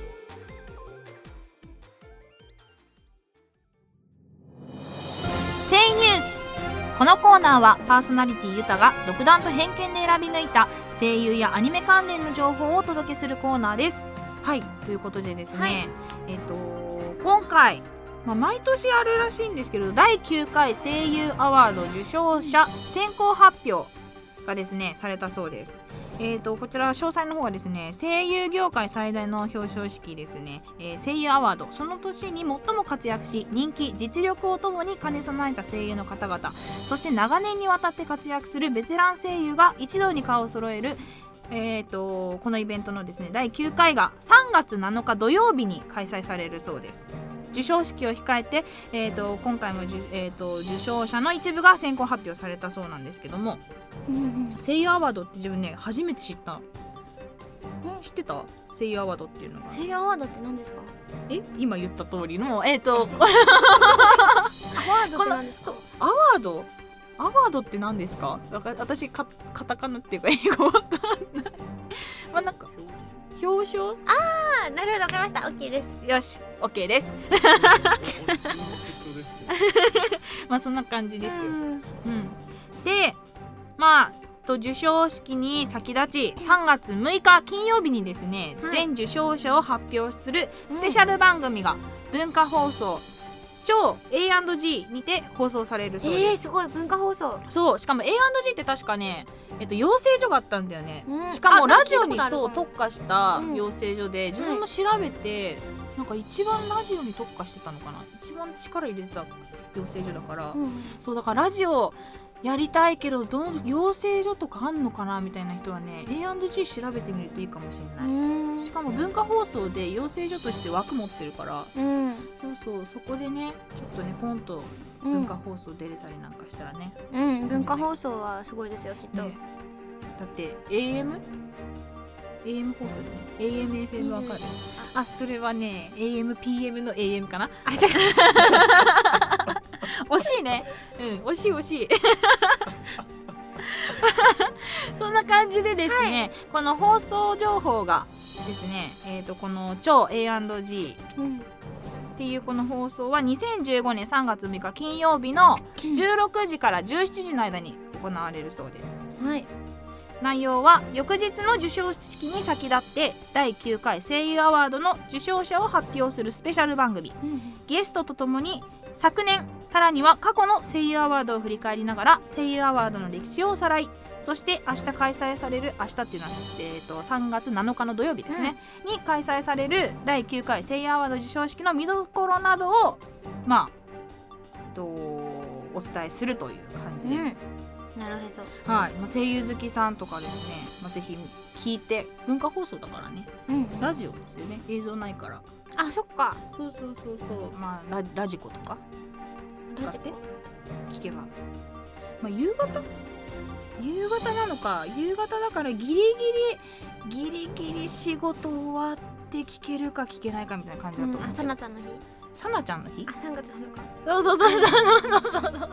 セイニュース。このコーナーはパーソナリティユタが独断と偏見で選び抜いた声優やアニメ関連の情報をお届けするコーナーです。はい、ということでですね、はい、えっと今回まあ、毎年あるらしいんですけど、だいきゅうかい声優アワード受賞者選考発表がですねされたそうです。えーとこちら詳細の方はですね、声優業界最大の表彰式ですね、えー、声優アワード、その年に最も活躍し人気実力をともに兼ね備えた声優の方々、そして長年にわたって活躍するベテラン声優が一堂に顔を揃えるえー、とこのイベントのですねだいきゅうかいがさんがつなのか土曜日に開催されるそうです。授賞式を控えて、えー、と今回もじゅ、えー、と受賞者の一部が先行発表されたそうなんですけども、うんうん、声優アワードって自分ね初めて知った。知ってた？声優アワードっていうのが。 声優アワードって何ですか？ え今言った通りのえっ、ー、とアワードって何ですか？ アワードアワードって何ですか？私かカタカナっていうか英語わかんないまあなんか表彰？ あーなるほど、わかりました。 OK です。 よし OK ですまあそんな感じですよ、うん、うん、でまあと授賞式に先立ちさんがつむいか金曜日にですね、はい、全受賞者を発表するスペシャル番組が文化放送超 エーアンドジー にて放送されるそうです。 えー、すごい文化放送。 そう、しかも エーアンドジー って確かね、えっと、養成所があったんだよね、うん、しかもラジオにそう特化した養成所で、うん、自分も調べて、はい、なんか一番ラジオに特化してたのかな、一番力入れてた養成所だから、うん、そうだからラジオやりたいけどどの養成所とかあんのかなみたいな人はね エーアンドジー 調べてみるといいかもしれない。しかも文化放送で養成所として枠持ってるから、うん、そうそうそこでねちょっとねポンと文化放送出れたりなんかしたらね、 うん、うん、文化放送はすごいですよきっと、ね、 だって エーエム? エーエム 放送でね エーエムエフエム わかる？あ、それはね エーエムピーエム の エーエム かな。あ、じゃ惜しいね、うん、惜しい惜しいそんな感じでですね、はい、この放送情報がですね、えー、とこの超 エーアンドジー、うん、っていうこの放送はにせんじゅうごねんさんがつむいか金曜日のじゅうろくじからじゅうしちじの間に行われるそうです、はい、内容は翌日の授賞式に先立ってだいきゅうかい声優アワードの受賞者を発表するスペシャル番組、うん、ゲストとともに昨年さらには過去の声優アワードを振り返りながら声優アワードの歴史をおさらい、そして明日開催される明日っていうのは、えー、とさんがつなのかの土曜日ですね、うん、に開催されるだいきゅうかい声優アワード授賞式の見どころなどをまあお伝えするという感じで、うん、 なるほど、はい、まあ、声優好きさんとかですね、まあ、ぜひ聞いて、文化放送だからね、うん、ラジオですよね、映像ないから。 あ、そっか。 そうそうそうそう、まあ ラ, ラジコとか使って聞けば、まあ、夕方夕方なのか、夕方だからギリギリギリギリ仕事終わって聞けるか聞けないかみたいな感じだと思う、うん、 あ、さなちゃんの日さなちゃんの日、 あ、さんがつなのか。 そうそうそうそうそうそう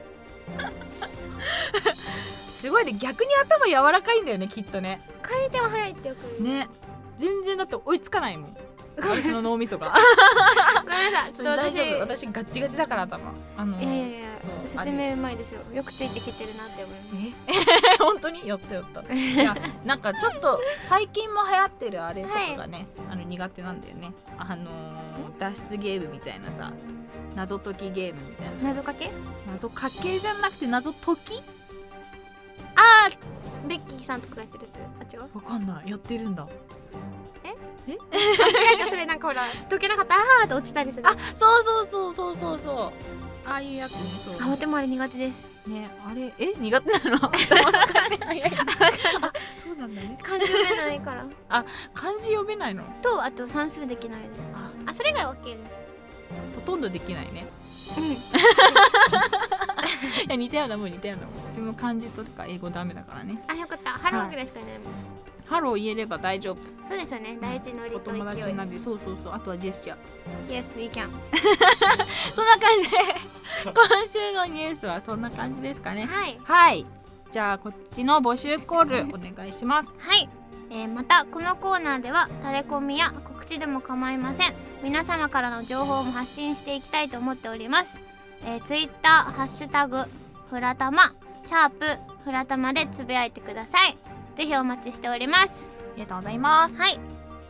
すごいね、逆に頭柔らかいんだよね、きっとね。 回転は早いってよく言うね。全然だって追いつかないもん、私の脳みそがごめんなさい、ちょっと私私ガッチガチだから頭、あのー、 いやいやいや、説明うまいですよ、よくついてきてるなって思います。 え本当にやったやったいや、なんかちょっと最近も流行ってるあれとかがね、はい、あの苦手なんだよね。あのー、脱出ゲームみたいなさ、謎解きゲームみたいな。 謎かけ謎かけじゃなくて謎解き。 あー、ベッキーさんとかがやってるやつ。あ、違う、 わかんない、やってるんだ。 ええ違うか、それなんかほら解けなかったあーって落ちたりする。 あ、そうそうそうそうそうそう、ああいうやつね。そう、 あ、でもあれ苦手ですね。あれ、え、苦手なのそうなんだね。 漢字読めないからあ、漢字読めないのと、あと算数できないです。あ, あそれ以外 OK です。 ほとんどできないね。 うんいや、似たようなもん似たようなもん。自分漢字とか英語ダメだからね。 あ、よかった。ハローぐらいしかいないもん、はい、 ハロー言えれば大丈夫。 そうですよね、第一のりと勢い、お友達になり、そうそうそう、あとはジェスチャー。 Yes, we can そんな感じで今週のニュースはそんな感じですかね。 はい、 はい、じゃあこっちの募集コールお願いします。 はい、えー、またこのコーナーではタレコミや告知でも構いません。皆様からの情報も発信していきたいと思っております。えー、ツイッターハッシュタグフラタマシャープフラタマでつぶやいてください。ぜひお待ちしております。 ありがとうございます。 はい、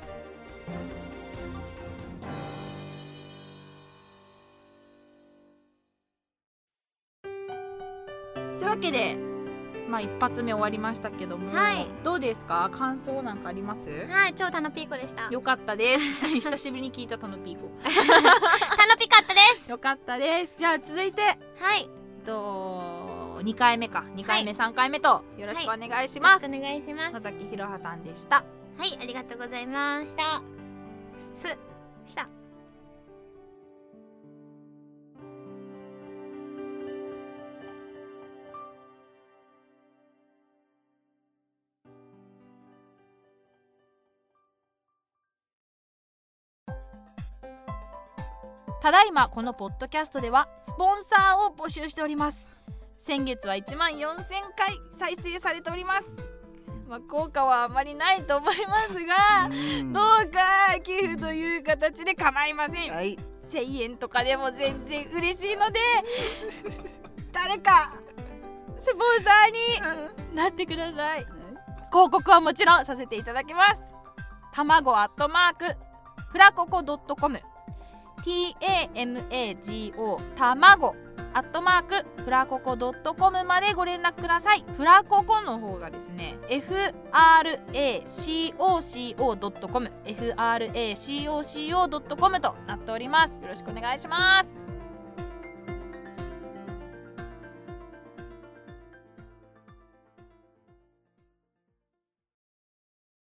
というわけで、まあ一発目終わりましたけども、はい、どうですか、感想なんかあります？ はい、超タノピーコでした。 よかったです久しぶりに聞いたタノピーコタノピカったです。 よかったです。じゃあ続いて、 はい、 えっとにかいめか、にかいめ、はい、さんかいめとよろしくお願いします。 はい、よろしくお願いします。 野崎ひろはさんでした。 はい、ありがとうございました。すしたただいまこのポッドキャストではスポンサーを募集しております。先月はいちまんよんせんかい再生されております。まあ、効果はあまりないと思いますが、どうか寄付という形で構いません、はい、せんえんとかでも全然嬉しいので誰かスポンサーになってください。広告はもちろんさせていただきます。たまごアットマークフラココドットコム タマゴ たまごアットマークフラココドットコム までご連絡ください。フラココの方がですね エフアールエーシーオーシーオードットコム エフアールエーシーオーシーオードットコム となっております。よろしくお願いします。